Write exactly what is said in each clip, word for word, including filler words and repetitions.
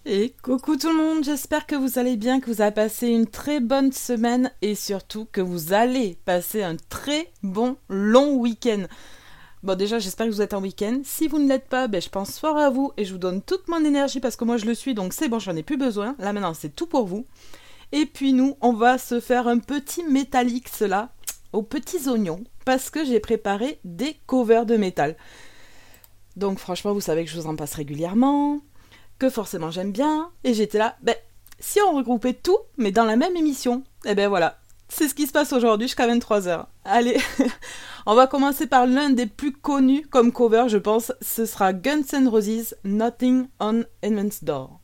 Et coucou tout le monde, j'espère que vous allez bien, que vous avez passé une très bonne semaine et surtout que vous allez passer un très bon long week-end. Bon déjà j'espère que vous êtes en week-end, si vous ne l'êtes pas, ben, je pense fort à vous et je vous donne toute mon énergie parce que moi je le suis donc c'est bon, j'en ai plus besoin, là maintenant c'est tout pour vous. Et puis nous, on va se faire un petit Metalix là, aux petits oignons, parce que j'ai préparé des covers de métal. Donc franchement vous savez que je vous en passe régulièrement, que forcément j'aime bien, et j'étais là, ben, si on regroupait tout, mais dans la même émission, et ben voilà, c'est ce qui se passe aujourd'hui jusqu'à vingt-trois heures. Allez, on va commencer par l'un des plus connus comme cover, je pense, ce sera Guns N' Roses, Knocking on Heaven's Door.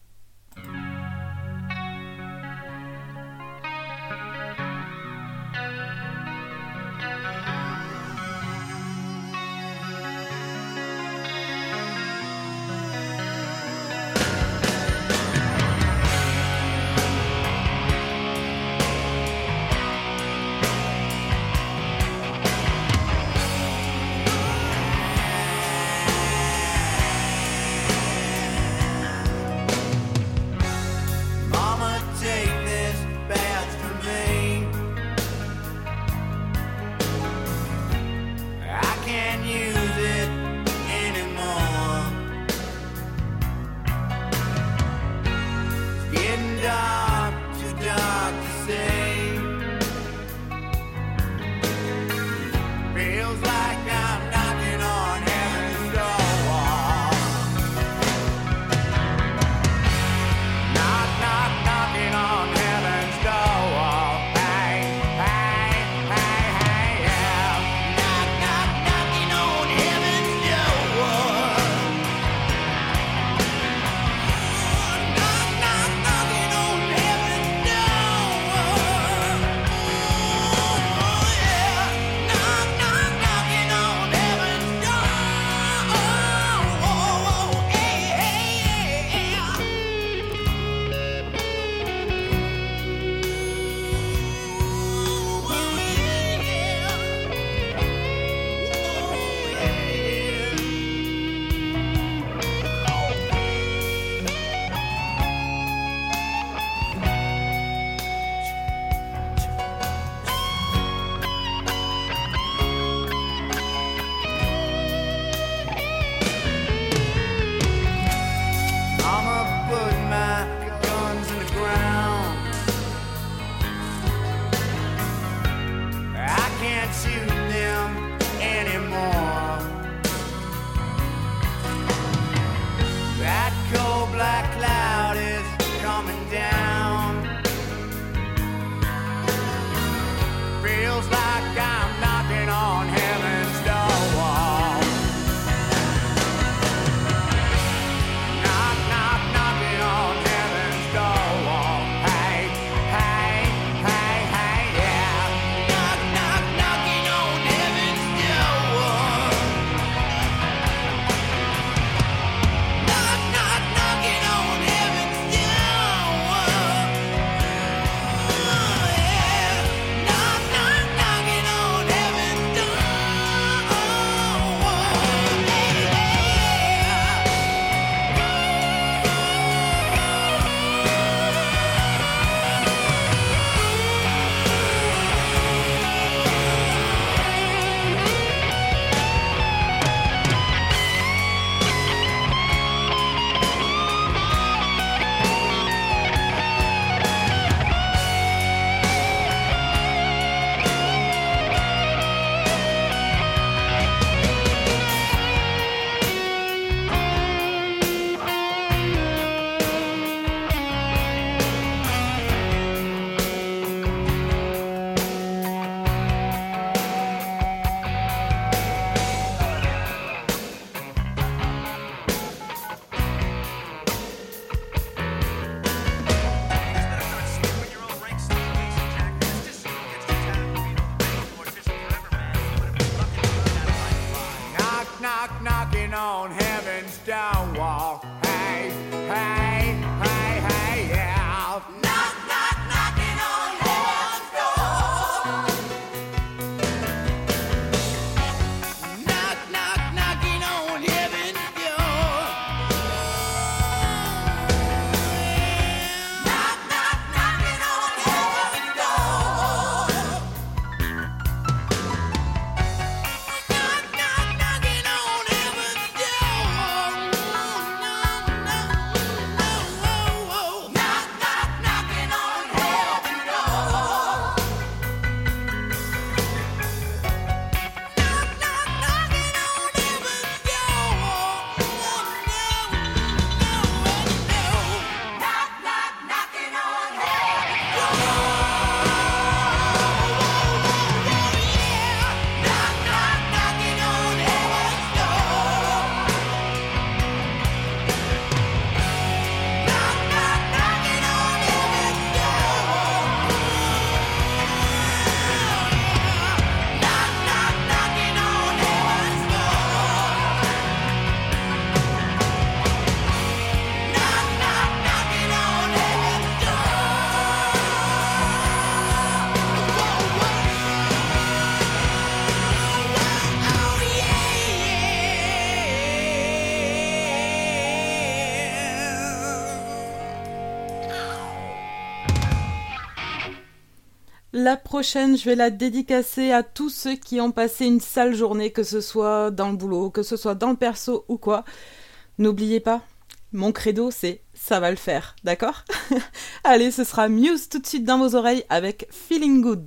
La prochaine, je vais la dédicacer à tous ceux qui ont passé une sale journée, que ce soit dans le boulot, que ce soit dans le perso ou quoi. N'oubliez pas, mon credo c'est « ça va le faire », d'accord? Allez, ce sera Muse tout de suite dans vos oreilles avec « Feeling Good ».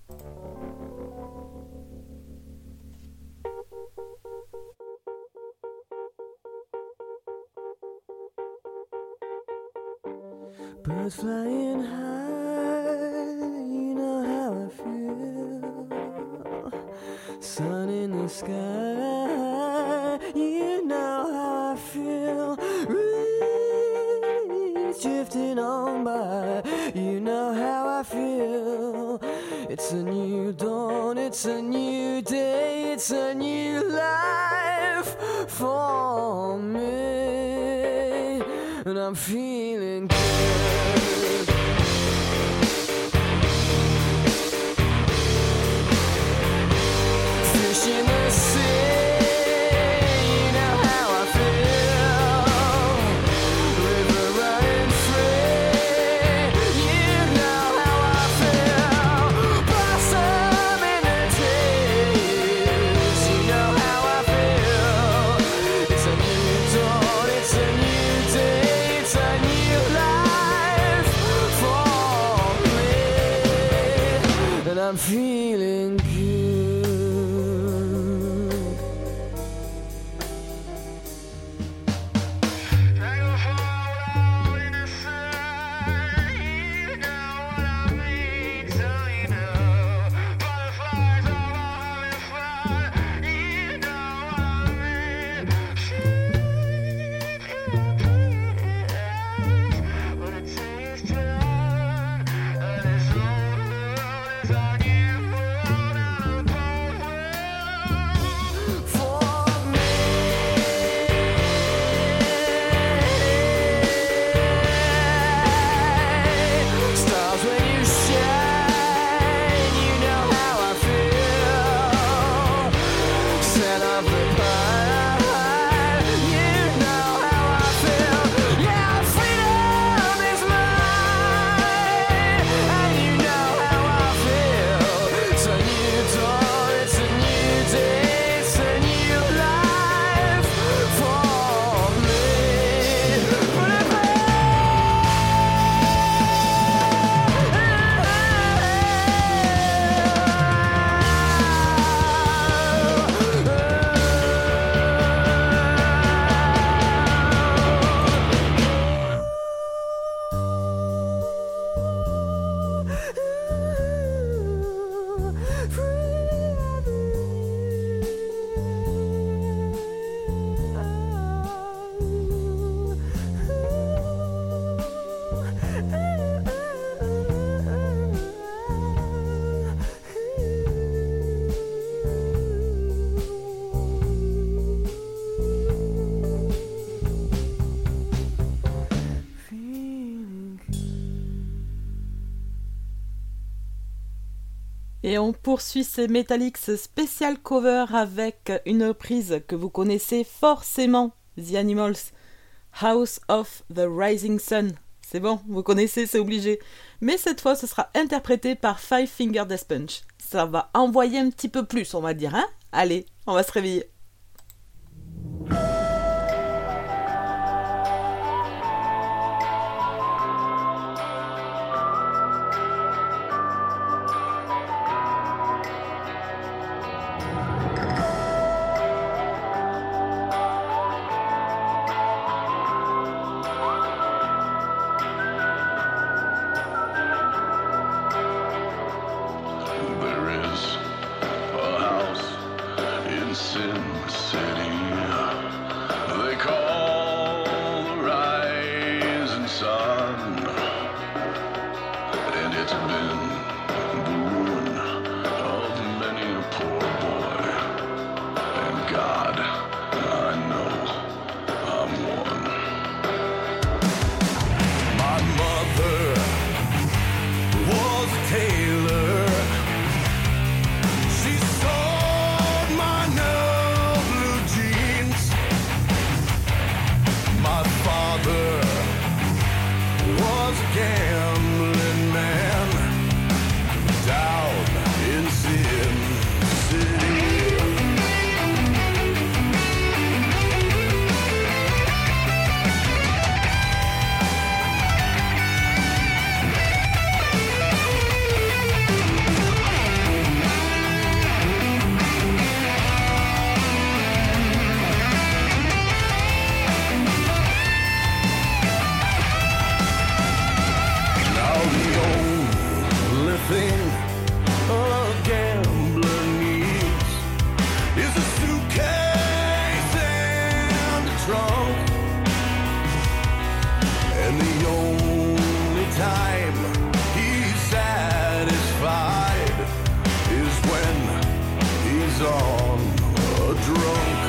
Birds flying high, you know how I feel. Sun in the sky, you know how I feel. Breeze drifting on by, you know how I feel. It's a new dawn, it's a new day, it's a new life for me. And I'm feeling good. Fish in the sea, you know how I feel. River running free, you know how I feel. Blossom in the trees, you know how I feel. It's a new dawn, it's a new day. It's a new life for me, and I'm feeling good. Dragonfly in the sun, you know what I mean, so you know. Butterflies all having fun, you know what I mean. What it takes to learn, and this world is our new world, and I'm both for me. Stars when you shine, you know how I feel. Scent of the pine, you know how I feel. Yeah, freedom is mine, and you know how I feel. It's a new dawn, it's a new day, it's a new life for me. But if Et on poursuit ces Metallics spécial cover avec une reprise que vous connaissez forcément, The Animals, House of the Rising Sun. C'est bon, vous connaissez, c'est obligé. Mais cette fois, ce sera interprété par Five Finger Death Punch. Ça va envoyer un petit peu plus, on va dire, hein? Allez, on va se réveiller. There is a house in Sin City they call the Rising Sun, and it's been the ruin of many a poor boy. And God, I know I'm one. My mother was a tailor. She sewed my new blue jeans. trunk. And the only time he's satisfied is when he's on a drunk.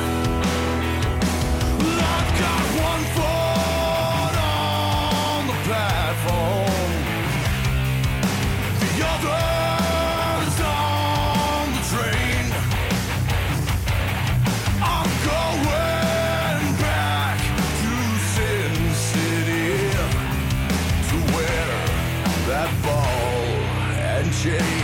I've got one foot on the platform, the other's on the train. I'm going back to Sin City to wear that ball and chain.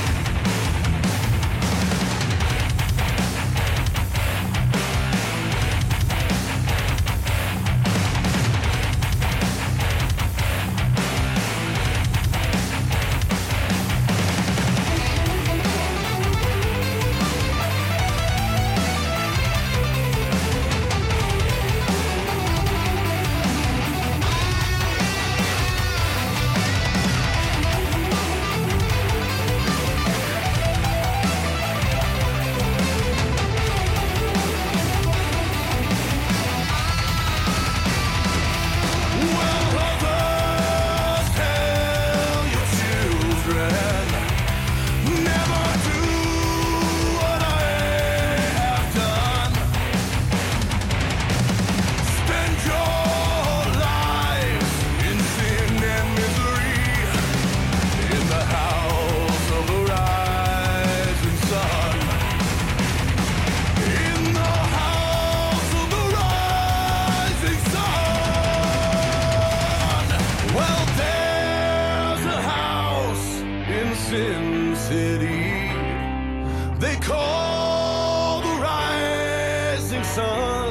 Sin City, they call the rising sun,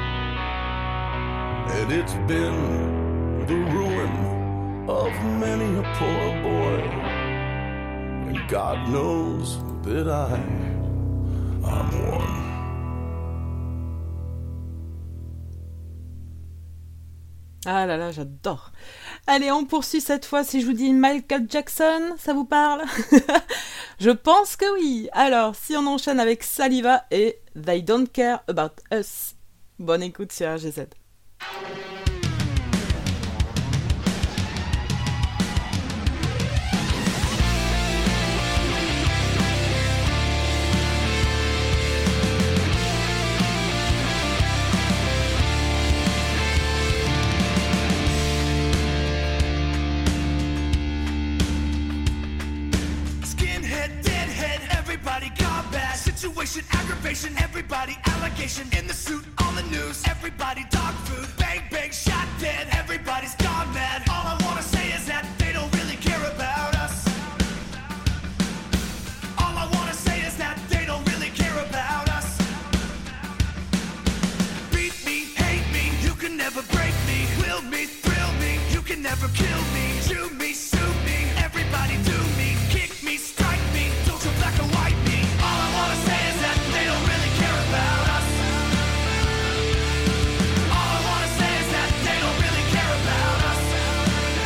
and it's been the ruin of many a poor boy, and God knows that I, I'm one. Ah là là, j'adore. Allez, on poursuit cette fois. Si je vous dis Michael Jackson, ça vous parle? Je pense que oui. Alors, si on enchaîne avec Saliva et They Don't Care About Us. Bonne écoute sur R G Z. Situation, aggravation, everybody allegation in the suit, on the news, everybody dog food, bang bang, shot dead, everybody's gone mad. All I wanna say is that they don't really care about us. All I wanna say is that they don't really care about us. Beat me, hate me, you can never break me. Will me, thrill me, you can never kill me. Chew me, sue me, everybody do me. Kick me, strike me, don't you black or white me. All I wanna say is that they don't really care about us. All I wanna say is that they don't really care about us.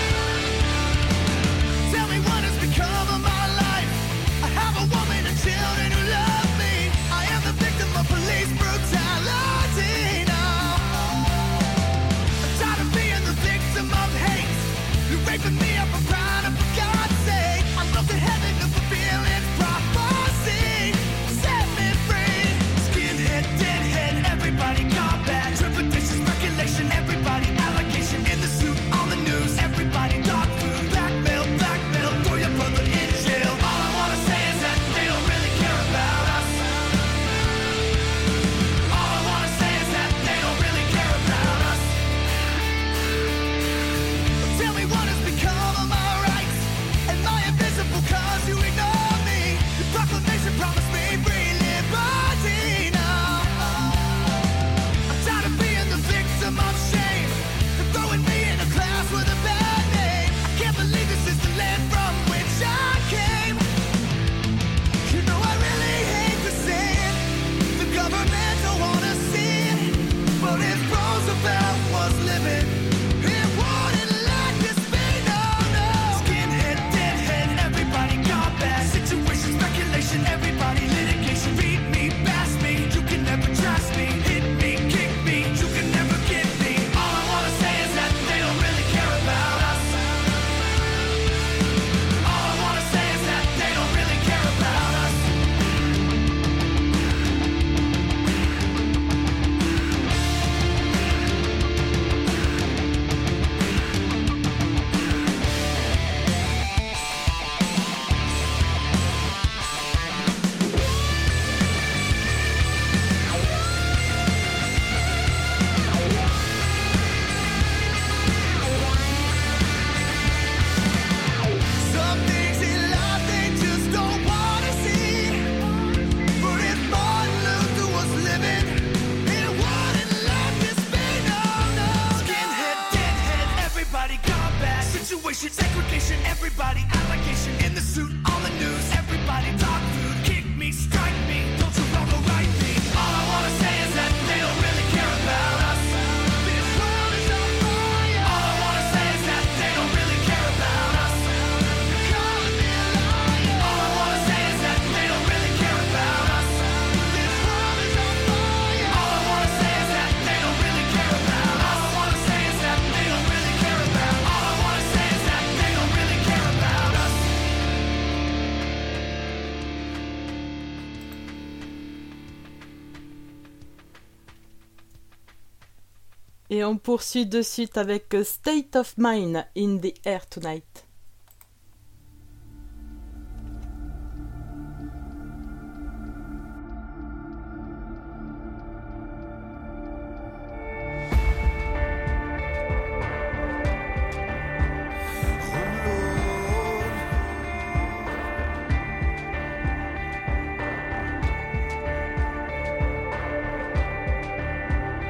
Et on poursuit de suite avec euh, State of Mind in the Air Tonight.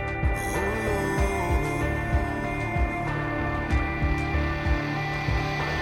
Oh Lord,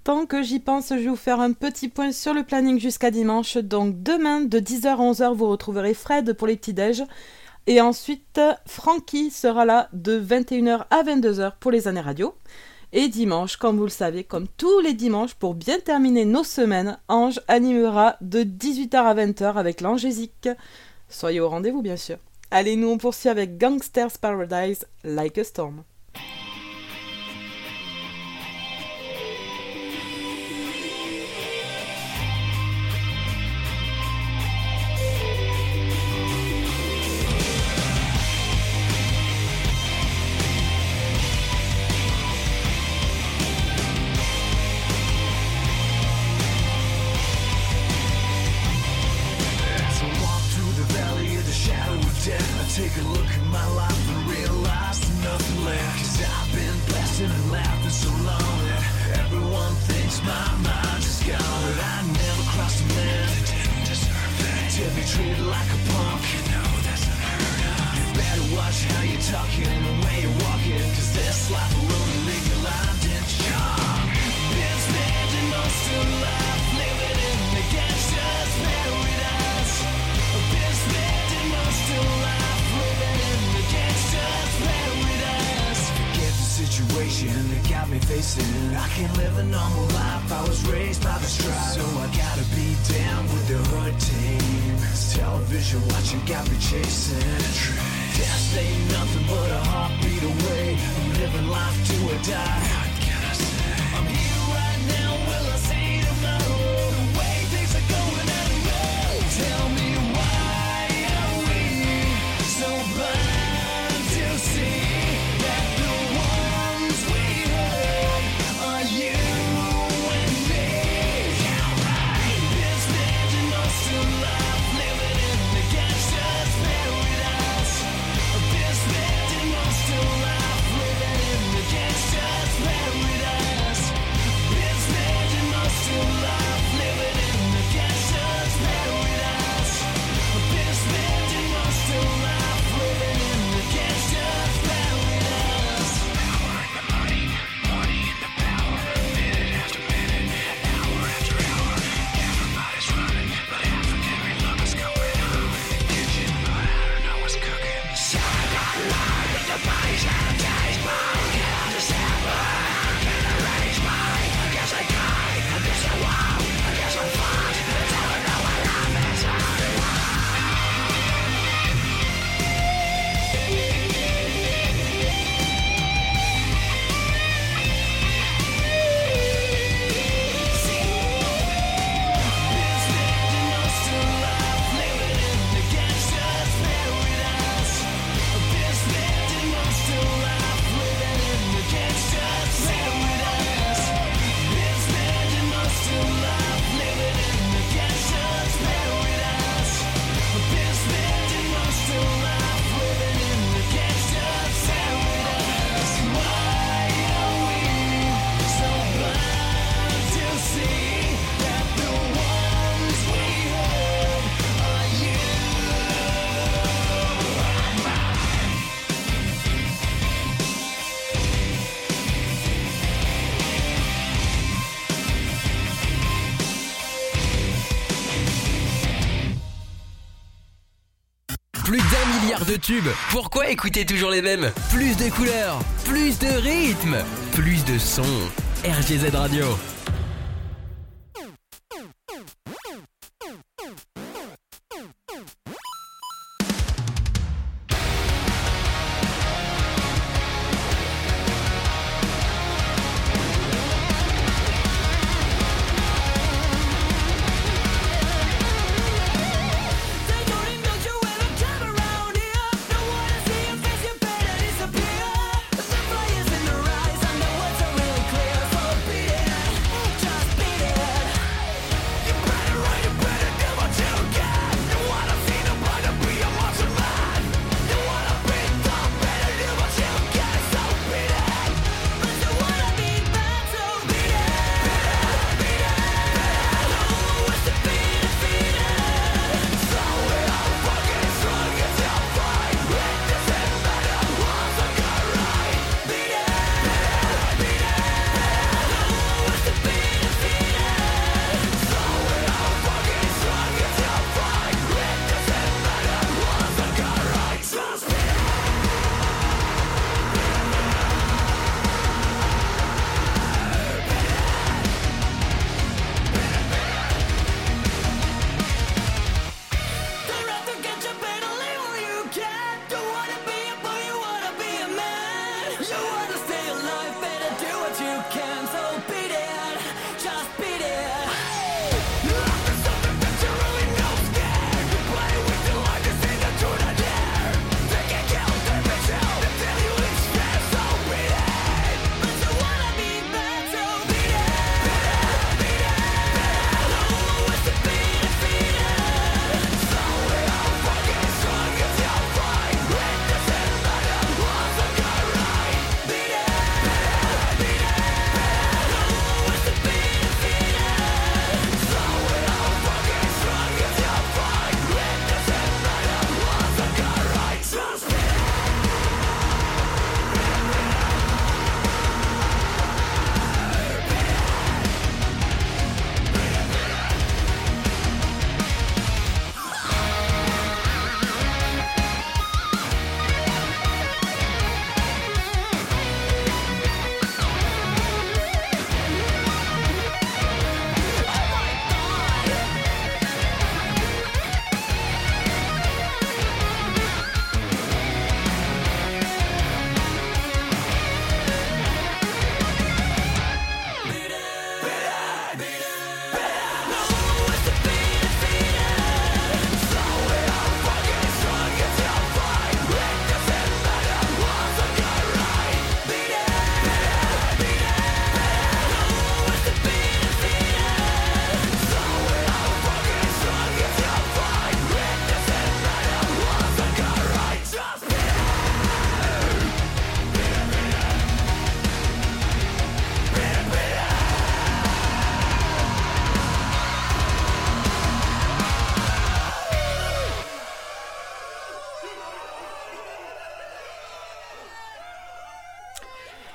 tant que j'y pense, je vais vous faire un petit point sur le planning jusqu'à dimanche. Donc demain, de dix heures à onze heures, vous retrouverez Fred pour les petits-déj. Et ensuite, Francky sera là de vingt et une heures à vingt-deux heures pour les années radio. Et dimanche, comme vous le savez, comme tous les dimanches, pour bien terminer nos semaines, Ange animera de dix-huit heures à vingt heures avec l'Angésique. Soyez au rendez-vous, bien sûr. Allez, nous on poursuit avec Gangster's Paradise, Like a Storm. Take a look at my life and realize there's nothing left. Cause I've been blasting and laughing so long that everyone thinks my mind is gone. But I never crossed a man that didn't deserve it. To be treated like a punk, you know that's unheard of. You better watch how you're talking and the way you're walking. Cause this life will only leave you lined in chalk. Been spending most of life living in the gangster's paradise. Been spending most of life situation that got me facing. I can't live a normal life, I was raised by the stripes. So I gotta be down with the hood team. This television watching got me chasing. Death ain't nothing but a heartbeat away. I'm living life to a die. What can I say? I'm here right now, will I see tomorrow? The way things are going out of road. Tell me why are we so blind to see that the ones we hurt are you and me? Yeah, right. Been spending most of life living in the gangster's paradise. Been spending most of life living in the gangster's paradise. Been spending most of life living in the gangster's paradise. Been spending most of life living in the gangster's paradise. Power in the money, money in the power. Minute after minute, hour after hour. Everybody's running, but half of every love is going on in the kitchen, but I don't know what's cooking. So I got lied with the body's out of taste, but I can't understand why I can't arrange mine. I guess I died, I guess I won, I guess I'm fine. But I don't know what I'm inside. Plus d'un milliard de tubes. Pourquoi écouter toujours les mêmes? Plus de couleurs, plus de rythme, plus de sons. R G Z Radio. The fires in their eyes, I know what's really clear, so be it.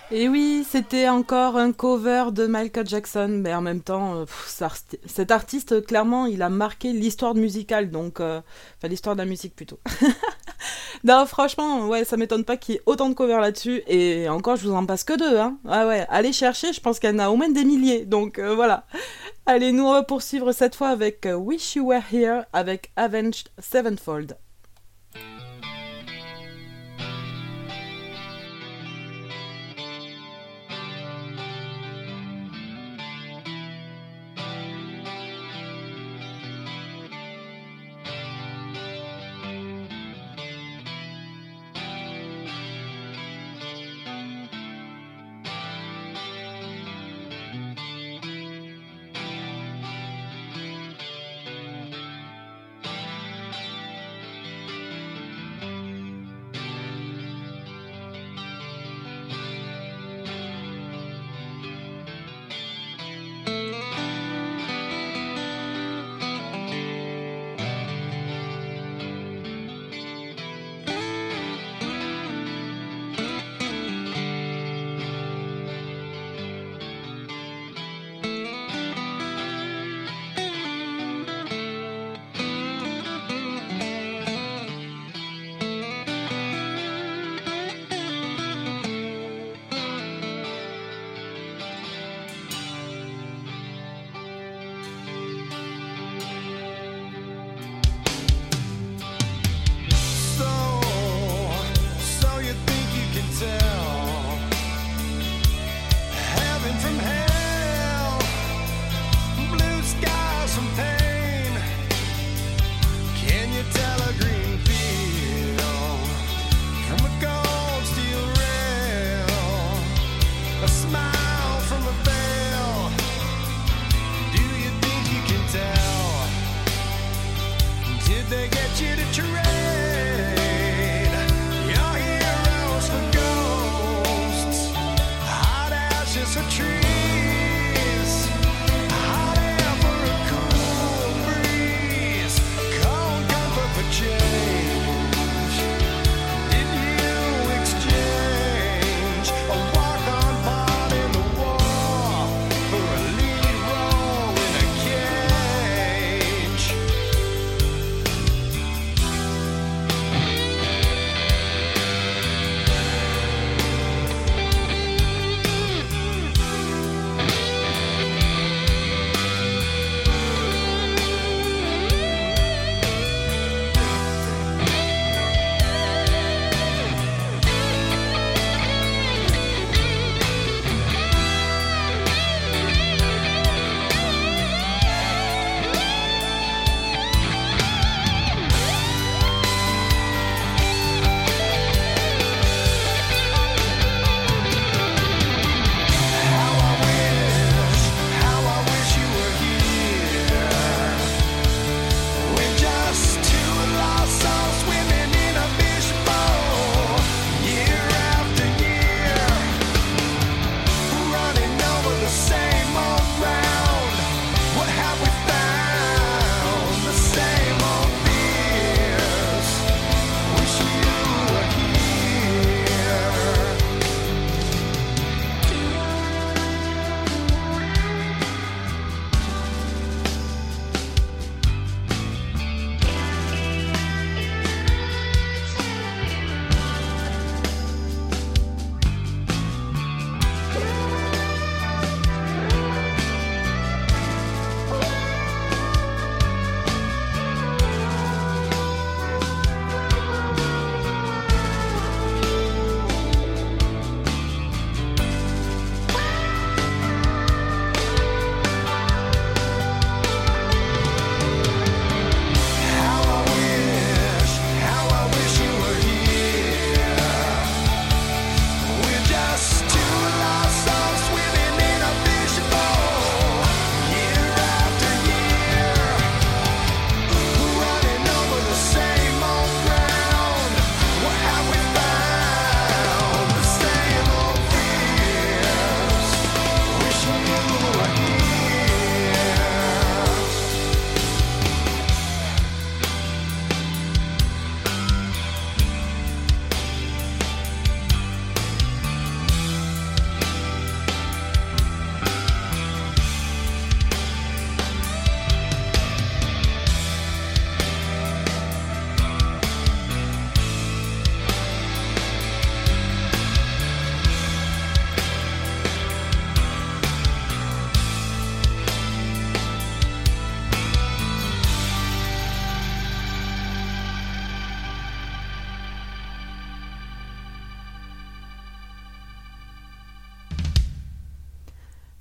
Et oui, c'était encore un cover de Michael Jackson, mais en même temps, euh, pff, cet arti- cet artiste, clairement, il a marqué l'histoire musicale, donc, euh, enfin l'histoire de la musique plutôt. Non, franchement, ouais, ça m'étonne pas qu'il y ait autant de covers là-dessus, et encore, je vous en passe que deux, hein. Ah ouais, allez chercher, je pense qu'il y en a au moins des milliers, donc euh, voilà. Allez, nous on va poursuivre cette fois avec euh, Wish You Were Here avec Avenged Sevenfold.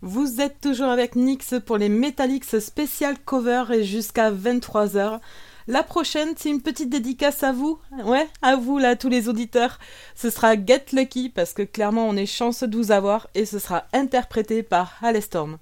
Vous êtes toujours avec Nyx pour les Metallics spécial cover et jusqu'à vingt-trois heures. La prochaine, c'est une petite dédicace à vous. Ouais, à vous là, tous les auditeurs. Ce sera Get Lucky parce que clairement on est chanceux de vous avoir et ce sera interprété par Halestorm.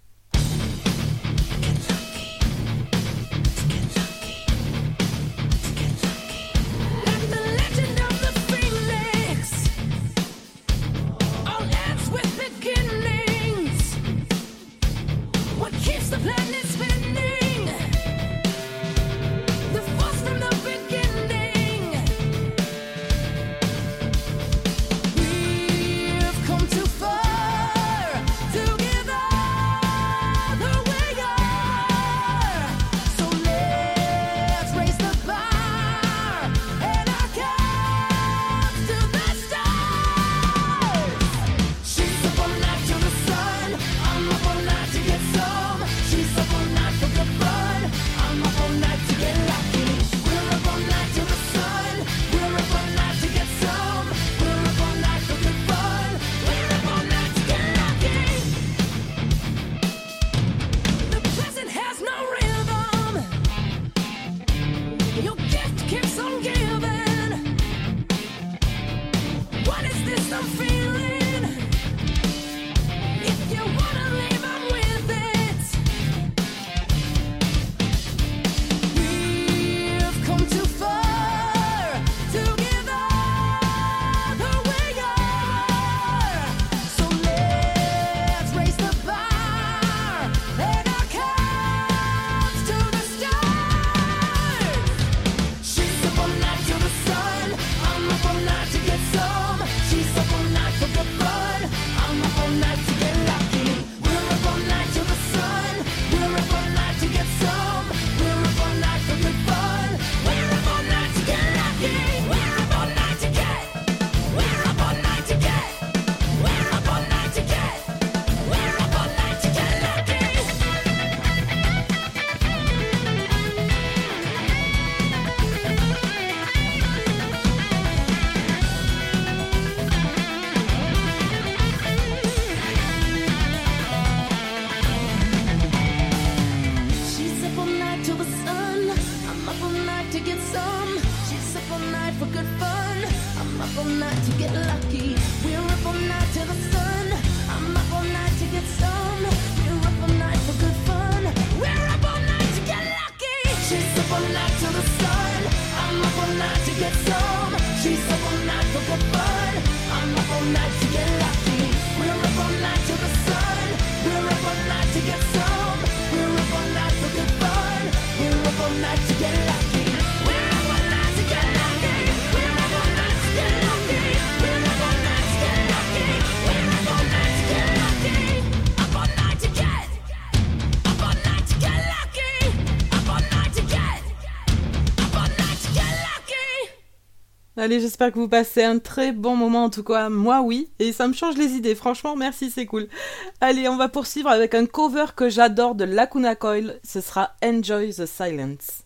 Allez, j'espère que vous passez un très bon moment, en tout cas, moi oui, et ça me change les idées, franchement, merci, c'est cool. Allez, on va poursuivre avec un cover que j'adore de Lacuna Coil, ce sera Enjoy the Silence.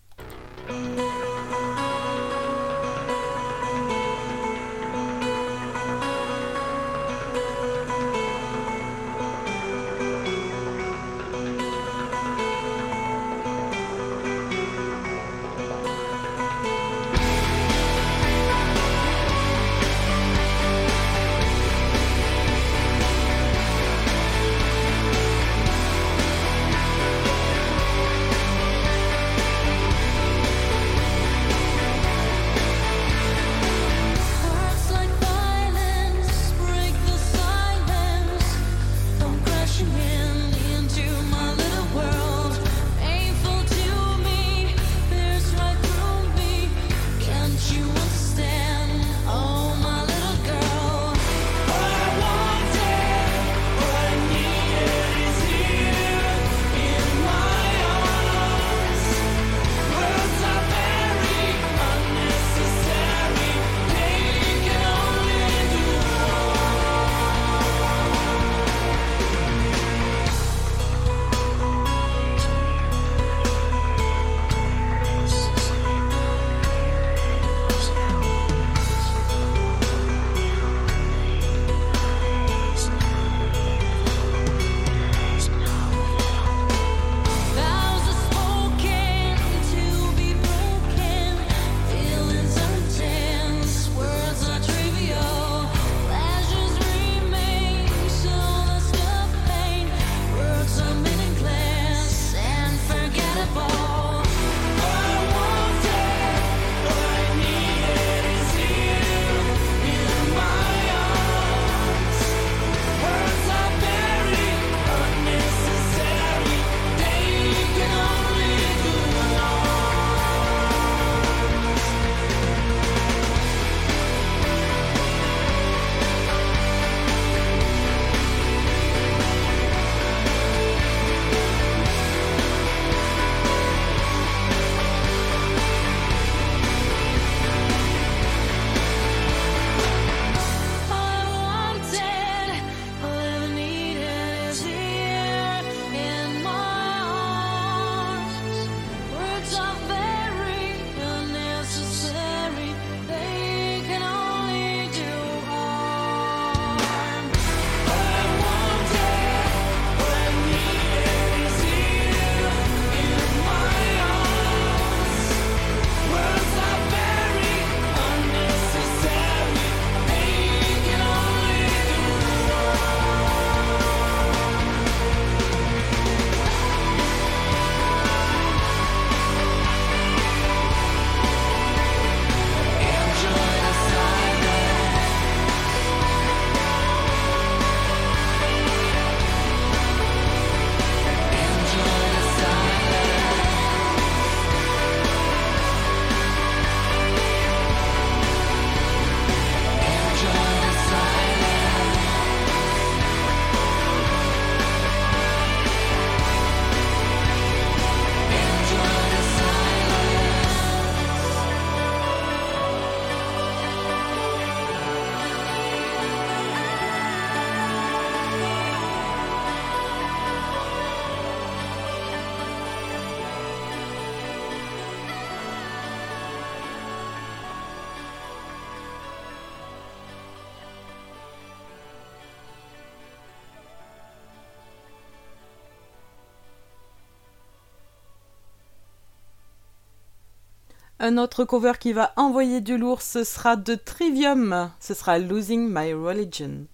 Enjoy Un autre cover qui va envoyer du lourd, ce sera de Trivium. Ce sera Losing My Religion.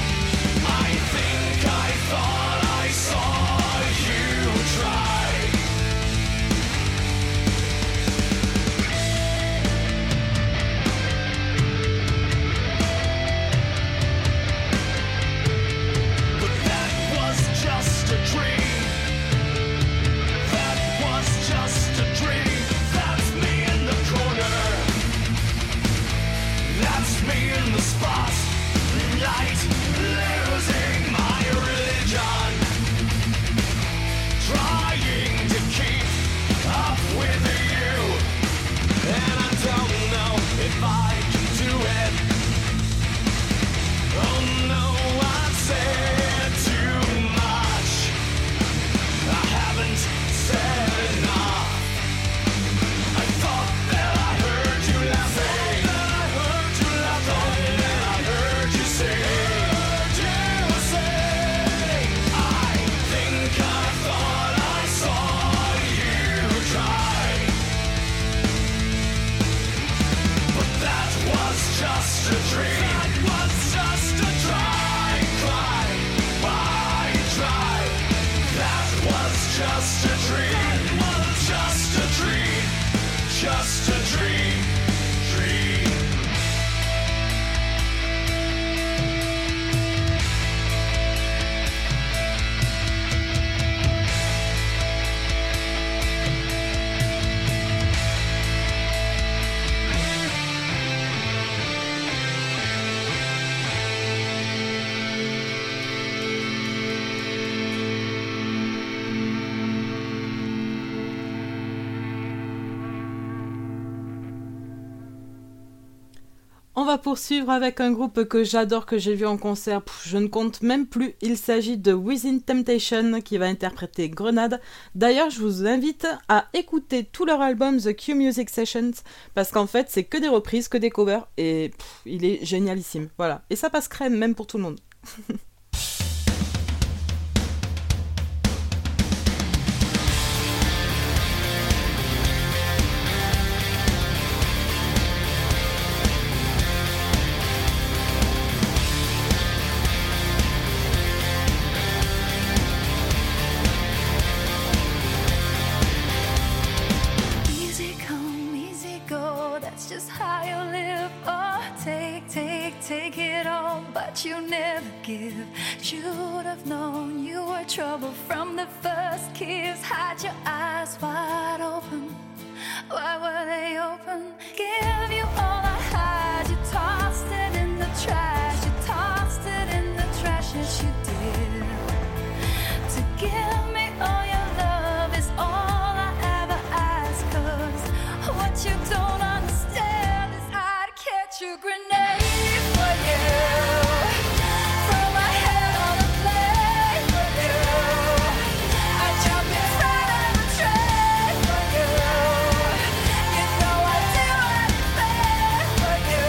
I think I thought I saw you try. On va poursuivre avec un groupe que j'adore, que j'ai vu en concert, Pff, je ne compte même plus. Il s'agit de Within Temptation qui va interpréter Grenade. D'ailleurs, je vous invite à écouter tout leur album The Q Music Sessions parce qu'en fait, c'est que des reprises, que des covers et pff, il est génialissime. Voilà. Et ça passe crème même pour tout le monde. Easy come, easy go, that's just how you live. Oh, take, take, take it all, but you never give. Should have known you were trouble from the first kiss. Had your eyes wide open, why were they open? Give you all I had, you tossed it in the trash. You tossed it in the trash, yes you did. To give me all your love is all I ever ask. Cause what you don't understand is I'd catch a grenade for you. Throw my head on a plate for you. I'd jump in front of a train for you. You know I'd do anything for you.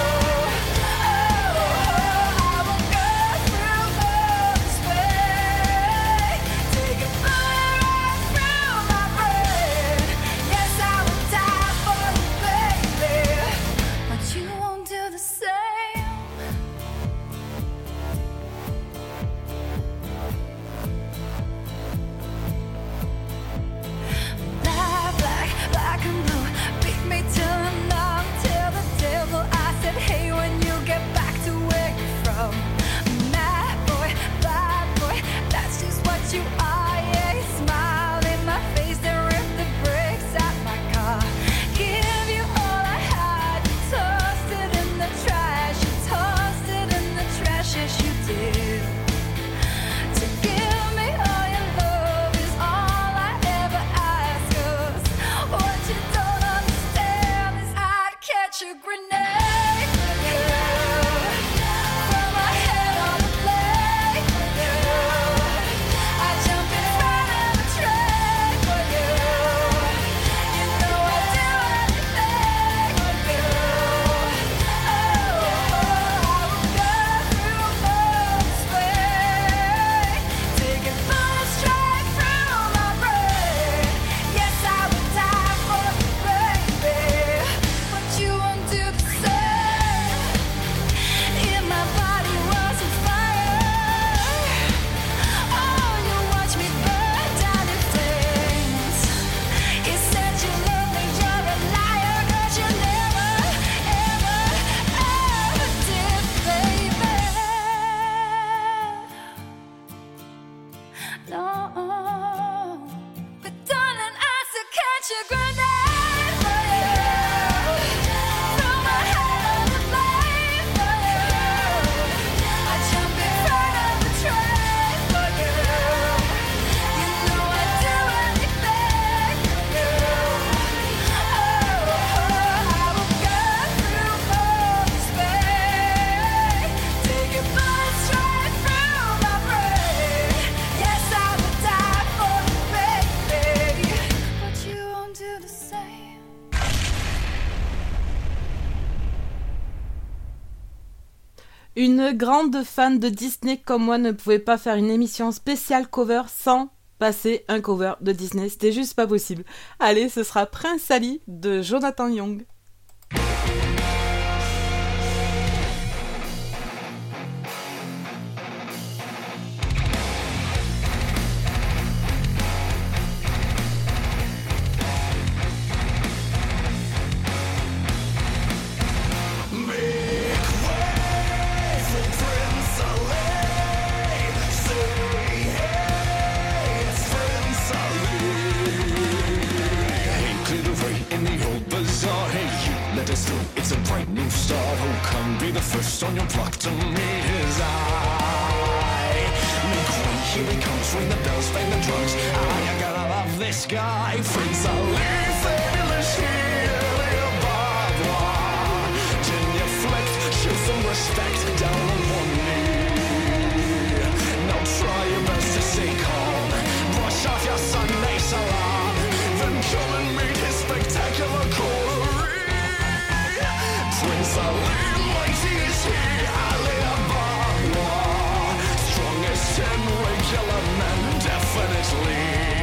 Oh, I will go through all this way. Take a bullet right through my brain. Yes, I will die for you, baby. But you won't do the same. Black, black, black and blue. Beat me till I'm numb. Tell the devil I said, hey, when you get back to where you're from. Mad boy, bad boy, that's just what you are. Yeah, you smile in my face, then rip the brakes out my car. Give you all I had, you tossed it in the trash. You tossed it in the trash, yes you did. To give me all your love is all I ever ask. 'Cause what you don't understand is I'd catch a grenade for you. Throw my head on a plate for you. I'd jump in front of a train for you. You know I'd do anything for you. Oh, I will go through all this way. Taking bullets straight through my brain. Yes, I would die for you, baby. But you won't do the same. If my body was on fire, oh, you watch me burn down in flames. You said you love me, you're a liar, 'cause you never, ever, ever did, baby. No, but darling, I still catch a grenade for you. Throw my head on the blade for you. I jump in front of a train for you. You know I'd do anything for you. Oh, I will go through all this way. Take a bullet straight through my brain. Yes, I will die for you, baby. But you won't do the same. Une grande fan de Disney comme moi ne pouvait pas faire une émission spéciale cover sans passer un cover de Disney. C'était juste pas possible. Allez, ce sera Prince Ali de Jonathan Young. It's a bright new start. Oh, come be the first on your block to meet his eye. Make way, here he comes. Ring the bells, bang the drums. Ah, you gotta love this guy. Prince Ali, fabulous here, little barbed wire. Genuflect respect down on one knee. Now try your best to stay calm. Brush off your Sunday salon. Then come and meet his spectacular coterie. Prince Ali, mighty is he, Ali Ababa. Strongest ten regular men, definitely.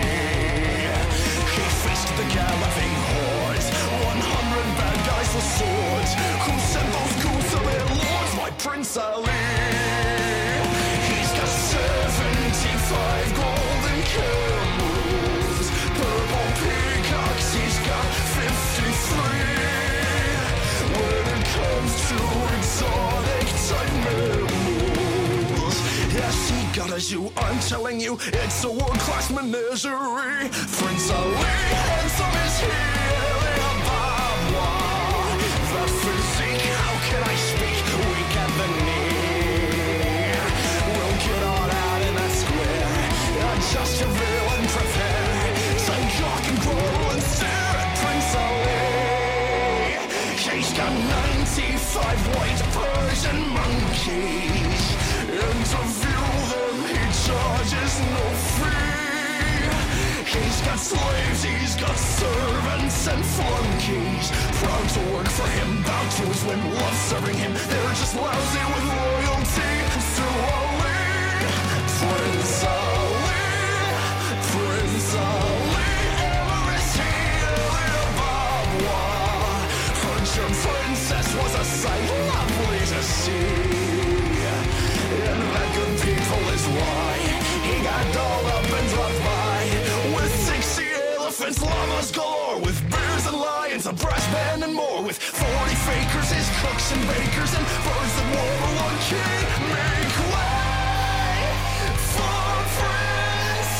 He faced the galloping hordes, one hundred bad guys with swords. Who sent those goons to their lords? My Prince Ali. He's got seventy-five golden camels, purple peacocks. He's got fifty-three. When it comes to exotic type mammals, yes, he got a zoo. I'm telling you, it's a world-class menagerie. Prince Ali, handsome is he, Ali Ababa. The physique, how can I speak? Weak at the knee. We'll get on out in that square. Adjust your veil and prepare. Take cock and growl and stare at Prince Ali. He's got ninety-five white Persian monkeys. Interview them, he charges no fee. He's got slaves, he's got servants and flunkies. Proud to work for him, bow to his whim, love serving him. They're just lousy with loyalty. So Ali, Prince Ali, Prince Ali, ever is he, Ali Ababa. Her princess was a sight lovely to see. And that good people is why he got dolled up and dropped by. With sixty elephants, llamas galore, with bears and lions, a brass band and more. With forty fakers, his cooks and bakers, and birds that warble on key. Make way for Prince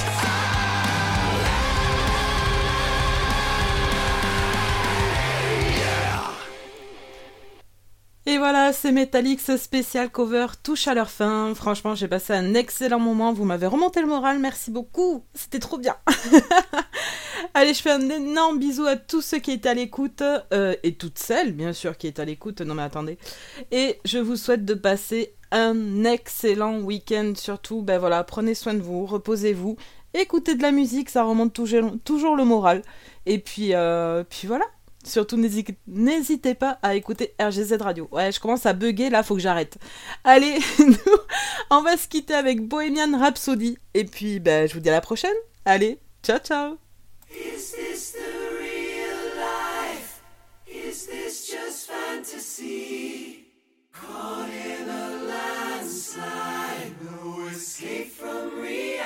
Ali. Yeah. Et voilà, c'est Metallics spécial cover touche à leur fin. Franchement, j'ai passé un excellent moment. Vous m'avez remonté le moral, merci beaucoup. C'était trop bien. Allez, je fais un énorme bisou à tous ceux qui étaient à l'écoute. Euh, et toutes celles, bien sûr, qui étaient à l'écoute. Non mais attendez. Et je vous souhaite de passer un excellent week-end. Surtout, ben voilà, prenez soin de vous, reposez-vous. Écoutez de la musique, ça remonte toujours, toujours le moral. Et puis, euh, puis voilà. Surtout, n'hési- n'hésitez pas à écouter R G Z Radio. Ouais, je commence à bugger, là, faut que j'arrête. Allez, nous, on va se quitter avec Bohemian Rhapsody. Et puis, ben, je vous dis à la prochaine. Allez, ciao, ciao. Is this the real life? Is this just fantasy? Caught in a landslide, no escape from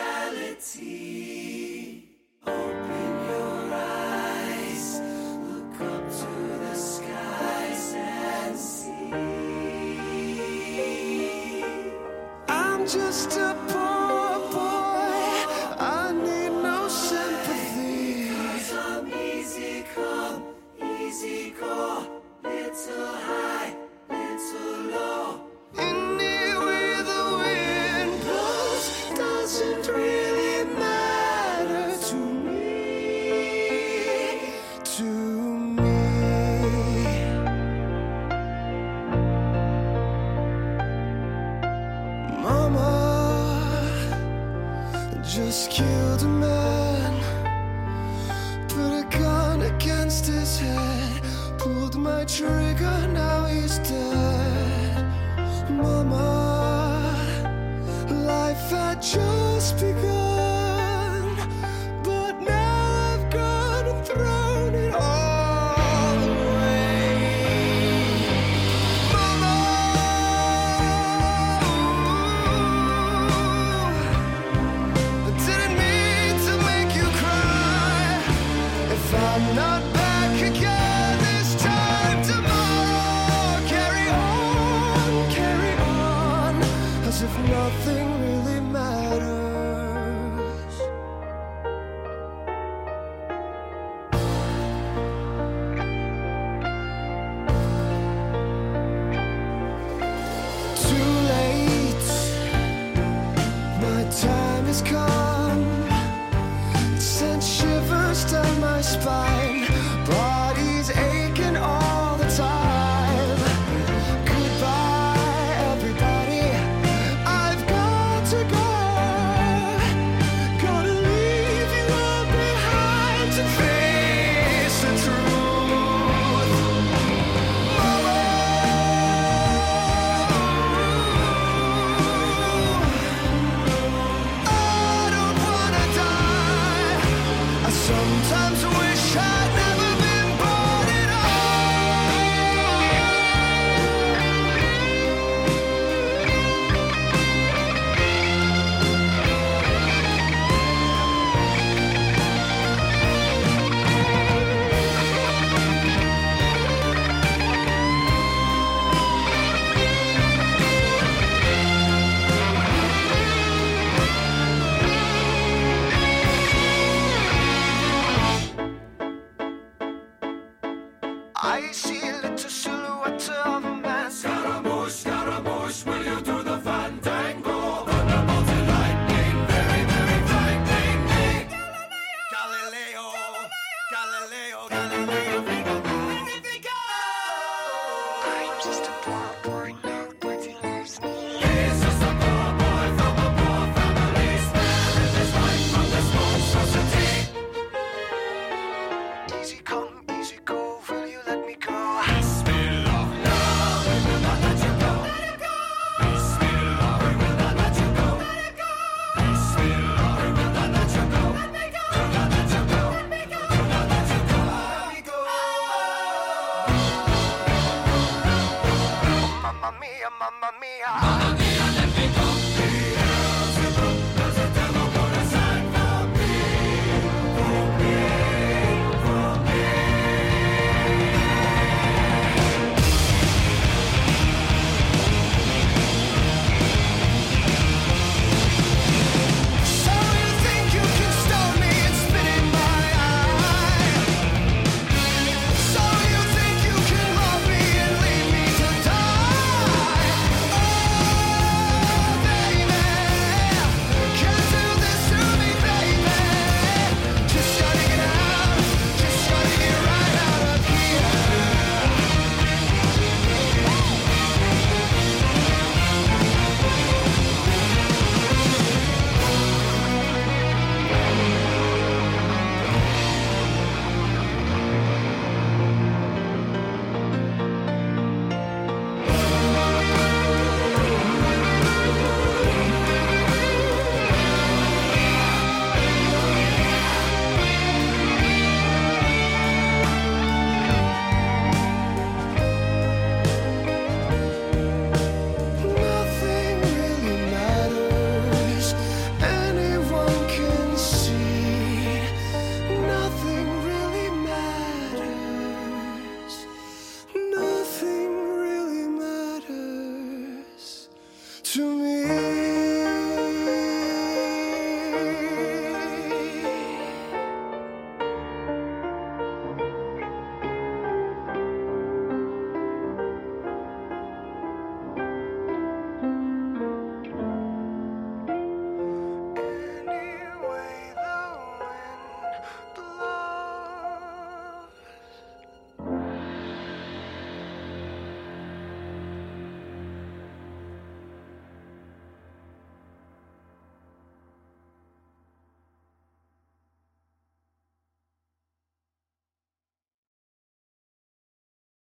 reality. Open your eyes, look up to the skies and see. I'm just a poor boy, I need no sympathy. 'Cause I'm easy come, easy go, little high, little low. Any way the wind blows doesn't really matter to me, to me. Mama just killed a man, put a gun against his head, pulled my trigger, now he's dead. Mama, life had just begun, but now I've gone and thrown it all away. Mama, I didn't mean to make you cry. If I'm not back again this time tomorrow, carry on, carry on, as if nothing really matters. Too late, my time has come. Sent shivers down my spine, body's aching all the time. Goodbye, to go. Gotta leave you all behind to face the truth. Mama, I don't wanna die. I sometimes wish I'd never been born at I see a little silhouette of a man. Scaramouche, Scaramouche, will you do the fandango? Thunderbolts and lightning, very, very frightening me. Galileo, Galileo, Galileo, Figaro. I'm just a poor boy now, but he leaves me. He's just a poor boy from a poor family, sparing his life from this monstrosity. Easy come, easy go, will you let me go? Bismillah, no, we will not let you go. Let him go. Bismillah, we will not let you go. Let him go. Bismillah, we will not let you go. Let me go. Do not let you go. Let me go. Do not let you go. Let me go. Mamma mia, mamma mia.